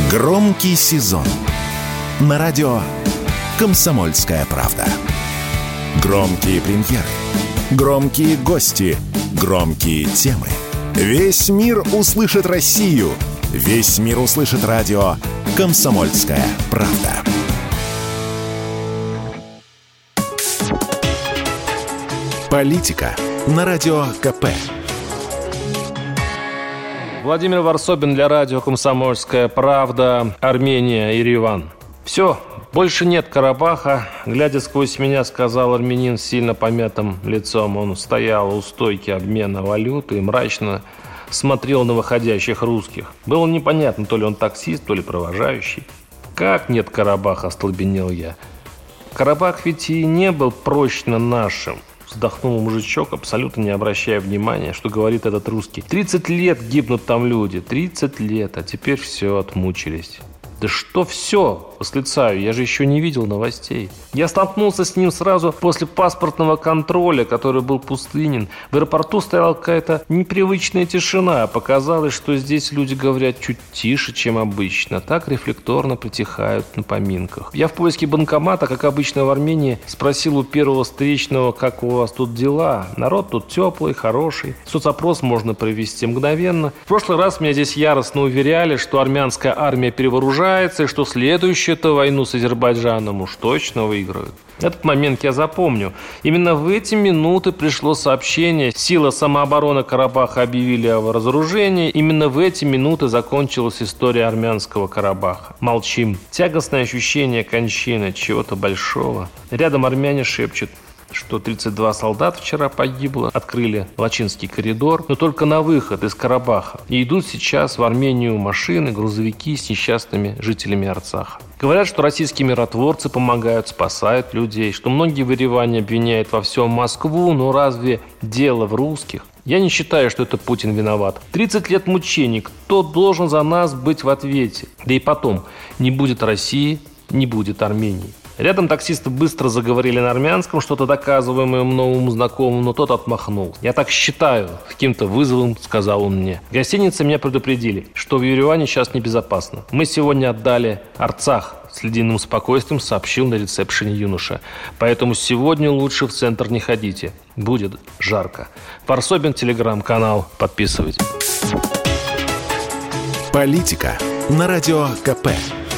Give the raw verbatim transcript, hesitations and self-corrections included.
Громкий сезон на радио «Комсомольская правда». Громкие премьеры, громкие гости, громкие темы. Весь мир услышит Россию. Весь мир услышит радио «Комсомольская правда». Политика на радио ка пэ. Владимир Варсобин для радио «Комсомольская правда», Армения, Ереван. Все, больше нет Карабаха. Глядя сквозь меня, сказал армянин с сильно помятым лицом. Он стоял у стойки обмена валюты и мрачно смотрел на выходящих русских. Было непонятно, то ли он таксист, то ли провожающий. «Как нет Карабаха?» – остолбенел я. «Карабах ведь и не был прочно нашим». Вздохнул мужичок, абсолютно не обращая внимания, что говорит этот русский. тридцать лет гибнут там люди, тридцать лет, а теперь все, отмучились. Да что все? Восклицаю, я же еще не видел новостей. Я столкнулся с ним сразу после паспортного контроля, который был пустынен. В аэропорту стояла какая-то непривычная тишина. Показалось, что здесь люди говорят чуть тише, чем обычно. Так рефлекторно притихают на поминках. Я в поиске банкомата, как обычно в Армении, спросил у первого встречного, как у вас тут дела. Народ тут теплый, хороший. Соцопрос можно провести мгновенно. В прошлый раз меня здесь яростно уверяли, что армянская армия перевооружается, и что следующую-то войну с Азербайджаном уж точно выиграют. Этот момент я запомню. Именно в эти минуты пришло сообщение. Силы самообороны Карабаха объявили о разоружении. Именно в эти минуты закончилась история армянского Карабаха. Молчим. Тягостное ощущение кончины чего-то большого. Рядом армяне шепчут, что тридцать два солдата вчера погибло, открыли Лачинский коридор, но только на выход из Карабаха. И идут сейчас в Армению машины, грузовики с несчастными жителями Арцаха. Говорят, что российские миротворцы помогают, спасают людей, что многие в Ереване обвиняют во всем Москву, но разве дело в русских? Я не считаю, что это Путин виноват. тридцать лет мучений, кто должен за нас быть в ответе? Да и потом, не будет России, не будет Армении. Рядом таксисты быстро заговорили на армянском, что-то доказывая моему новому знакомому, но тот отмахнул. «Я так считаю», — каким-то вызовом сказал он мне. В гостинице меня предупредили, что в Ереване сейчас небезопасно. Мы сегодня отдали Арцах. С ледяным спокойствием сообщил на ресепшене юноша. Поэтому сегодня лучше в центр не ходите. Будет жарко. Варсобин, телеграм-канал. Подписывайтесь. Политика на радио ка пэ.